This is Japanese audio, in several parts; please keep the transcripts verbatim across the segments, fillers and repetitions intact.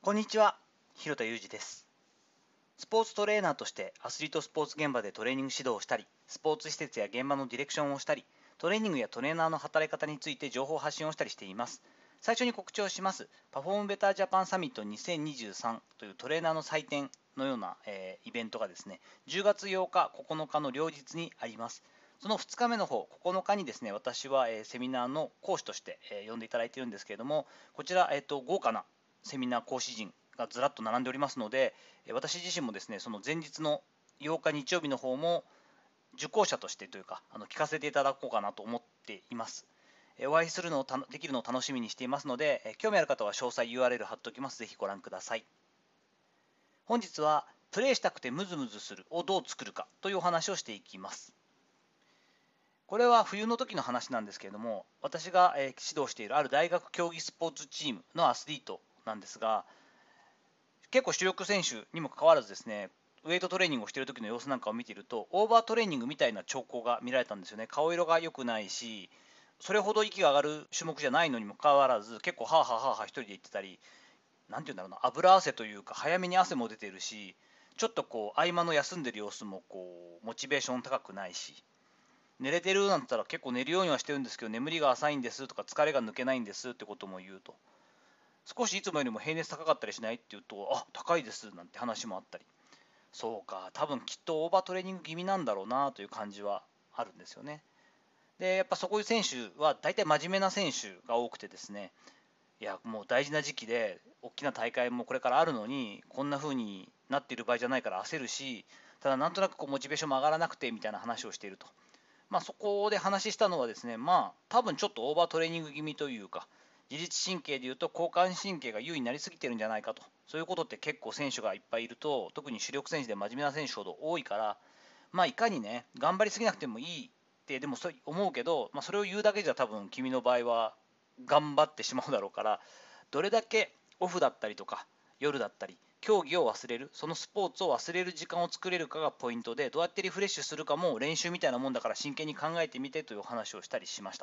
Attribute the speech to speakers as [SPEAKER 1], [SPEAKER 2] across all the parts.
[SPEAKER 1] こんにちは、広田裕二です。スポーツトレーナーとしてアスリートスポーツ現場でトレーニング指導をしたり、スポーツ施設や現場のディレクションをしたり、トレーニングやトレーナーの働き方について情報発信をしたりしています。最初に告知をします。パフォームベタージャパンサミットにせんにじゅうさんというトレーナーの祭典のような、えーイベントがですね、じゅうがつようか、ここのかの両日にあります。そのふつかめの方、ここのかにですね、私は、えーセミナーの講師として、えー呼んでいただいているんですけれども、こちら、えーと、豪華なセミナー講師陣がずらっと並んでおりますので、私自身もですね、その前日のようか日曜日の方も受講者としてというか、あの聞かせていただこうかなと思っています。お会いするのをたできるのを楽しみにしていますので、興味ある方は詳細 ユーアールエル 貼っておきます。ぜひご覧ください。本日は、プレイしたくてムズムズするをどう作るかというお話をしていきます。これは冬の時の話なんですけれども、私が指導しているある大学競技スポーツチームのアスリートなんですが、結構主力選手にもかかわらずですね、ウエイトトレーニングをしている時の様子なんかを見ていると、オーバートレーニングみたいな兆候が見られたんですよね。顔色が良くないし、それほど息が上がる種目じゃないのにもかかわらず、結構はあはあはあはあ一人で言ってたり、なんていうんだろうな、油汗というか、早めに汗も出てるし、ちょっとこう合間の休んでる様子もこうモチベーション高くないし、寝れてるなんて言ったら結構寝るようにはしてるんですけど、眠りが浅いんですとか、疲れが抜けないんですってことも言うと。少しいつもよりも平熱高かったりしないって言うと、あ、高いですなんて話もあったり、そうか、多分きっとオーバートレーニング気味なんだろうなという感じはあるんですよね。で、やっぱそういう選手は大体真面目な選手が多くてですね、いや、もう大事な時期で、大きな大会もこれからあるのに、こんな風になっている場合じゃないから焦るし、ただなんとなくこうモチベーションも上がらなくてみたいな話をしていると。まあ、そこで話したのはですね、まあ、多分ちょっとオーバートレーニング気味というか、自律神経でいうと交感神経が優位になりすぎてるんじゃないかと、そういうことって結構選手がいっぱいいると、特に主力選手で真面目な選手ほど多いから、まあ、いかにね、頑張りすぎなくてもいいって、でもそう思うけど、まあ、それを言うだけじゃ多分君の場合は頑張ってしまうだろうから、どれだけオフだったりとか、夜だったり、競技を忘れる、そのスポーツを忘れる時間を作れるかがポイントで、どうやってリフレッシュするかも練習みたいなもんだから真剣に考えてみてというお話をしたりしました。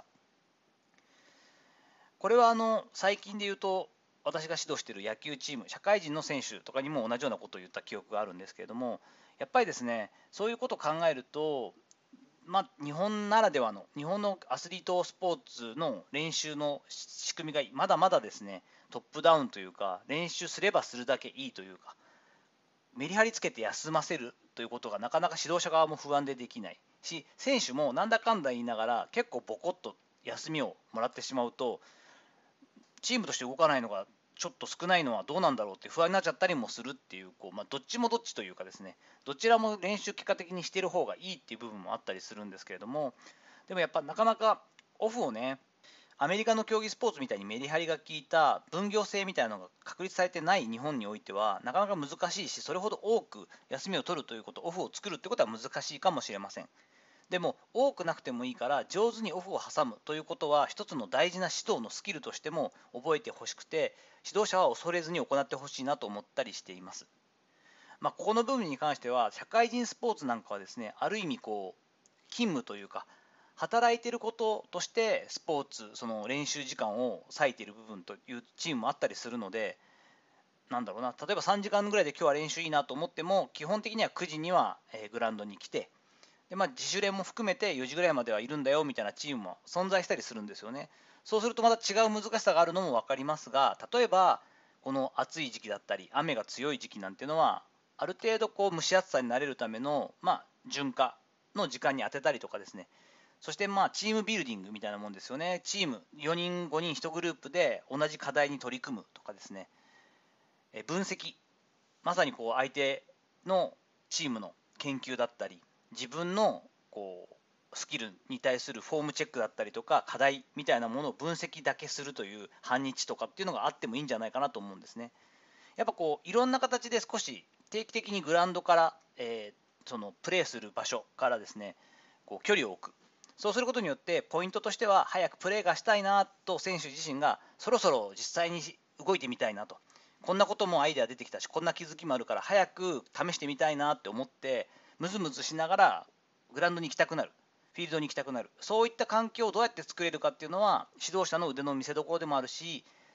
[SPEAKER 1] これはあの最近で言うと、私が指導している野球チーム、社会人の選手とかにも同じようなことを言った記憶があるんですけれども、やっぱりですね、そういうことを考えると、まあ、日本ならではの、日本のアスリートスポーツの練習の仕組みがまだまだですね、トップダウンというか、練習すればするだけいいというか、メリハリつけて休ませるということがなかなか指導者側も不安でできないし、選手もなんだかんだ言いながら結構ボコッと休みをもらってしまうと、チームとして動かないのがちょっと少ないのはどうなんだろうって不安になっちゃったりもするっていう、こう、まあ、どっちもどっちというかですね、どちらも練習結果的にしている方がいいっていう部分もあったりするんですけれども、でもやっぱなかなかオフをね、アメリカの競技スポーツみたいにメリハリが効いた分業制みたいなのが確立されてない日本においてはなかなか難しいし、それほど多く休みを取るということ、オフを作るってことは難しいかもしれません。でも多くなくてもいいから上手にオフを挟むということは一つの大事な指導のスキルとしても覚えてほしくて、指導者は恐れずに行ってほしいなと思ったりしています。まあ、ここの部分に関しては社会人スポーツなんかはですね、ある意味こう勤務というか働いていることとしてスポーツ、その練習時間を割いている部分というチームもあったりするので、なんだろうな、例えばさんじかんぐらいで今日は練習いいなと思っても、基本的にはくじにはグラウンドに来て、で、まあ、自主練も含めてよじぐらいまではいるんだよみたいなチームも存在したりするんですよね。そうするとまた違う難しさがあるのも分かりますが、例えばこの暑い時期だったり雨が強い時期なんていうのは、ある程度こう蒸し暑さに慣れるための、まあ、順化の時間に当てたりとかですね、そしてまあチームビルディングみたいなもんですよね。チームよにんごにんいちグループで同じ課題に取り組むとかですね、分析、まさにこう相手のチームの研究だったり、自分のこうスキルに対するフォームチェックだったりとか課題みたいなものを分析だけするという半日とかっていうのがあってもいいんじゃないかなと思うんですね。やっぱこういろんな形で少し定期的にグラウンドから、えー、そのプレーする場所からですね、こう距離を置く。そうすることによってポイントとしては、早くプレーがしたいなと選手自身がそろそろ実際に動いてみたいなと、こんなこともアイデア出てきたし、こんな気づきもあるから早く試してみたいなって思ってムズムズしながらグラウンドに行きたくなる、フィールドに行きたくなる、そういった環境をどうやって作れるかっていうのは指導者の腕の見せ所でもあるし、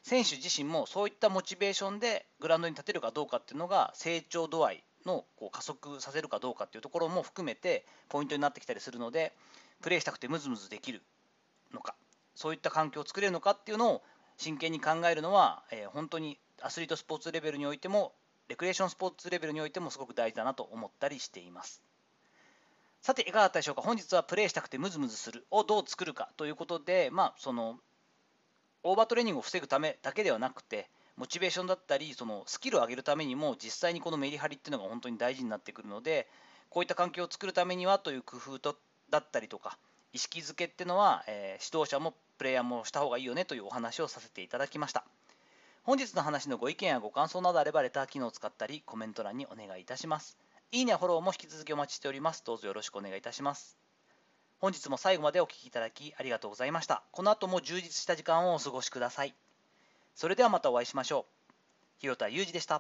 [SPEAKER 1] 選手自身もそういったモチベーションでグラウンドに立てるかどうかっていうのが成長度合いのこう加速させるかどうかっていうところも含めてポイントになってきたりするので、プレーしたくてムズムズできるのか、そういった環境を作れるのかっていうのを真剣に考えるのは、えー本当にアスリートスポーツレベルにおいてもレクリエーションスポーツレベルにおいてもすごく大事だなと思ったりしています。さていかがだったでしょうか。本日はプレーしたくてムズムズするをどう作るかということで、まあそのオーバートレーニングを防ぐためだけではなくて、モチベーションだったりそのスキルを上げるためにも実際にこのメリハリっていうのが本当に大事になってくるので、こういった環境を作るためにはという工夫とだったりとか意識づけっていうのは、えー指導者もプレイヤーもした方がいいよねというお話をさせていただきました。本日の話のご意見やご感想などあればレター機能を使ったりコメント欄にお願いいたします。いいねやフォローも引き続きお待ちしております。どうぞよろしくお願いいたします。本日も最後までお聞きいただきありがとうございました。この後も充実した時間をお過ごしください。それではまたお会いしましょう。広田裕二でした。